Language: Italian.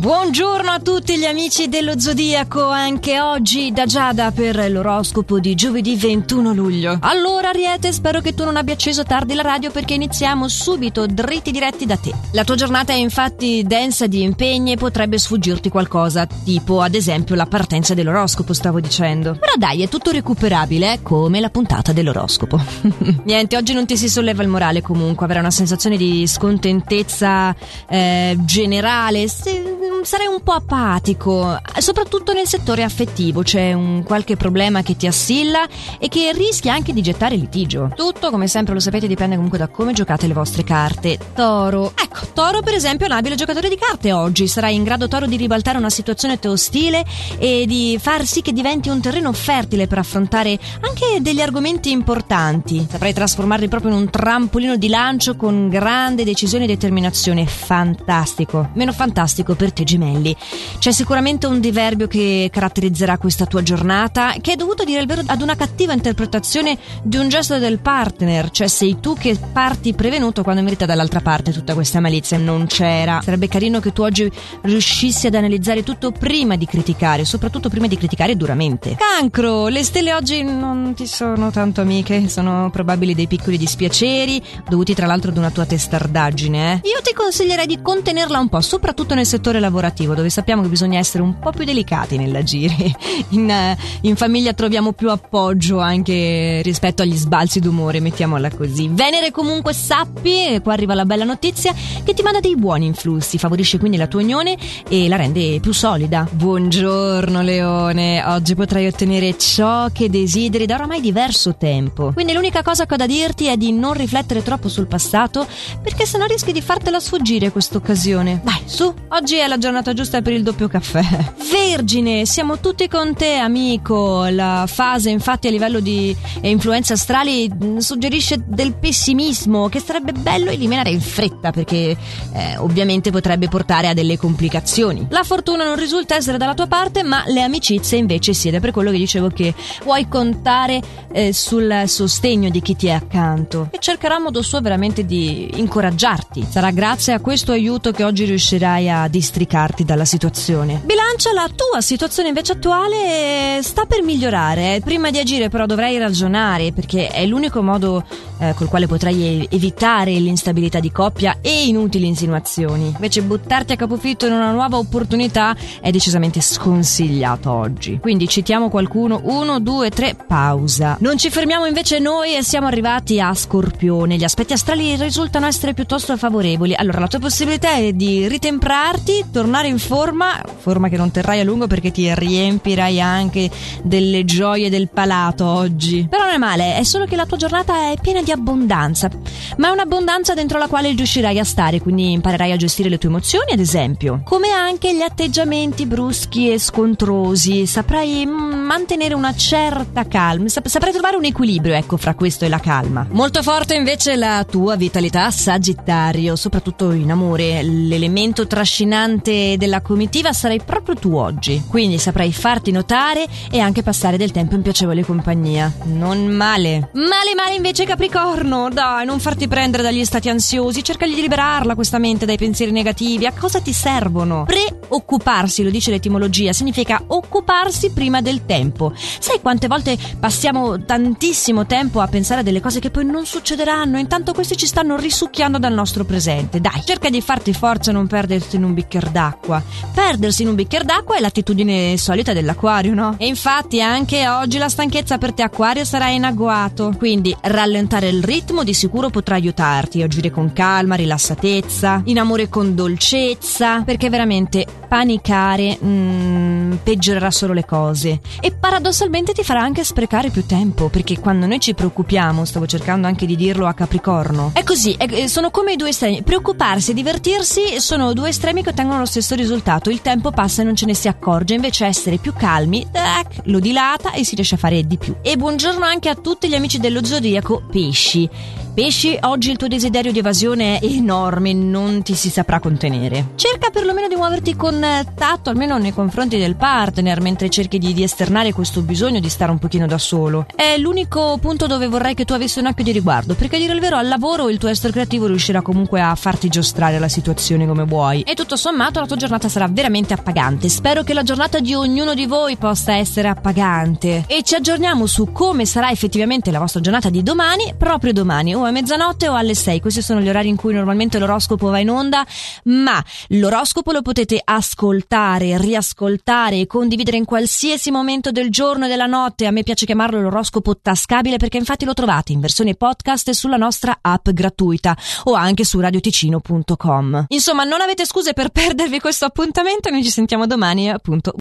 Buongiorno a tutti gli amici dello Zodiaco, anche oggi da Giada per l'oroscopo di giovedì 21 luglio. Allora Ariete, spero che tu non abbia acceso tardi la radio perché iniziamo subito dritti diretti da te. La tua giornata è infatti densa di impegni e potrebbe sfuggirti qualcosa, tipo ad esempio la partenza dell'oroscopo, stavo dicendo. Però dai, è tutto recuperabile, come la puntata dell'oroscopo. Niente, oggi non ti si solleva il morale comunque, avrai una sensazione di scontentezza generale, sarei un po' apatico, soprattutto nel settore affettivo. C'è un qualche problema che ti assilla e che rischia anche di gettare litigio. Tutto, come sempre lo sapete, dipende comunque da come giocate le vostre carte. Toro. Ecco, Toro per esempio è un abile giocatore di carte oggi. Sarai in grado, Toro, di ribaltare una situazione ostile e di far sì che diventi un terreno fertile per affrontare anche degli argomenti importanti. Saprai trasformarli proprio in un trampolino di lancio con grande decisione e determinazione. Fantastico. Meno fantastico per te, Gemelli. C'è sicuramente un diverbio che caratterizzerà questa tua giornata, che è dovuto, a dire il vero, ad una cattiva interpretazione di un gesto del partner. Cioè sei tu che parti prevenuto quando in verità dall'altra parte tutta questa malizia non c'era. Sarebbe carino che tu oggi riuscissi ad analizzare tutto prima di criticare, soprattutto prima di criticare duramente. Cancro, le stelle oggi non ti sono tanto amiche, sono probabili dei piccoli dispiaceri dovuti tra l'altro ad una tua testardaggine. Io ti consiglierei di contenerla un po', soprattutto nel settore lavorativo, dove sappiamo che bisogna essere un po' più delicati nell'agire. In famiglia troviamo più appoggio anche rispetto agli sbalzi d'umore, mettiamola così. Venere comunque sappi, e qua arriva la bella notizia, che ti manda dei buoni influssi, favorisce quindi la tua unione e la rende più solida. Buongiorno Leone, oggi potrai ottenere ciò che desideri da oramai diverso tempo, quindi l'unica cosa che ho da dirti è di non riflettere troppo sul passato, perché sennò rischi di fartela sfuggire quest'occasione. Dai, su, oggi è la giornata giusta per il doppio caffè. Vergine, siamo tutti con te amico. La fase infatti a livello di influenze astrali suggerisce del pessimismo che sarebbe bello eliminare in fretta, perché ovviamente potrebbe portare a delle complicazioni. La fortuna non risulta essere dalla tua parte, ma le amicizie invece sì, ed è per quello che dicevo che puoi contare sul sostegno di chi ti è accanto e cercherà modo suo veramente di incoraggiarti. Sarà grazie a questo aiuto che oggi riuscirai a districarti dalla situazione. Bilancia, la tua situazione invece attuale sta per migliorare. Prima di agire però dovrai ragionare, perché è l'unico modo col quale potrai evitare l'instabilità di coppia e inutili insinuazioni. Invece buttarti a capofitto in una nuova opportunità è decisamente sconsigliato oggi. Quindi citiamo qualcuno: 1, 2, 3, pausa. Non ci fermiamo invece noi e siamo arrivati a Scorpione. Gli aspetti astrali risultano essere piuttosto favorevoli. Allora la tua possibilità è di ritemprarti, tornare in forma che non terrai a lungo perché ti riempirai anche delle gioie del palato oggi. Però non è male, è solo che la tua giornata è piena di abbondanza, ma è un'abbondanza dentro la quale riuscirai a stare, quindi imparerai a gestire le tue emozioni, ad esempio, come anche gli atteggiamenti bruschi e scontrosi. Saprai mantenere una certa calma, saprai trovare un equilibrio, ecco, fra questo e la calma. Molto forte invece la tua vitalità, Sagittario, soprattutto in amore. L'elemento trascinante della comitiva sarai proprio tu oggi, quindi saprai farti notare e anche passare del tempo in piacevole compagnia. Non male. Male invece Capricorno, dai, non farti prendere dagli stati ansiosi, cerca di liberarla questa mente dai pensieri negativi. A cosa ti servono? Preoccuparsi, lo dice l'etimologia, significa occuparsi prima del tempo. Sai quante volte passiamo tantissimo tempo a pensare a delle cose che poi non succederanno, intanto questi ci stanno risucchiando dal nostro presente. Dai, cerca di farti forza e non perderti in un bicchiere d'acqua. Perdersi in un bicchiere d'acqua è l'attitudine solita dell'Acquario, no? E infatti anche oggi la stanchezza per te, Acquario, sarà in agguato, quindi rallentare il ritmo di sicuro potrà aiutarti a agire con calma, rilassatezza, in amore con dolcezza, perché veramente panicare peggiorerà solo le cose e paradossalmente ti farà anche sprecare più tempo, perché quando noi ci preoccupiamo, stavo cercando anche di dirlo a Capricorno, è così, sono come i due estremi. Preoccuparsi e divertirsi sono due estremi che ottengono lo stesso risultato: il tempo passa e non ce ne si accorge. Invece essere più calmi lo dilata e si riesce a fare di più. E buongiorno anche a tutti gli amici dello Zodiaco. Pesci, oggi il tuo desiderio di evasione è enorme, non ti si saprà contenere. Cerca perlomeno di muoverti con un tatto almeno nei confronti del partner mentre cerchi di esternare questo bisogno di stare un pochino da solo. È l'unico punto dove vorrei che tu avessi un occhio di riguardo, perché a dire il vero al lavoro il tuo essere creativo riuscirà comunque a farti giostrare la situazione come vuoi e tutto sommato la tua giornata sarà veramente appagante. Spero che la giornata di ognuno di voi possa essere appagante e ci aggiorniamo su come sarà effettivamente la vostra giornata di domani, proprio domani, o a mezzanotte o alle 6. Questi sono gli orari in cui normalmente l'oroscopo va in onda, ma l'oroscopo lo potete ascoltare, riascoltare e condividere in qualsiasi momento del giorno e della notte. A me piace chiamarlo l'oroscopo tascabile perché infatti lo trovate in versione podcast sulla nostra app gratuita o anche su radioticino.com. Insomma, non avete scuse per perdervi questo appuntamento, noi ci sentiamo domani, appunto.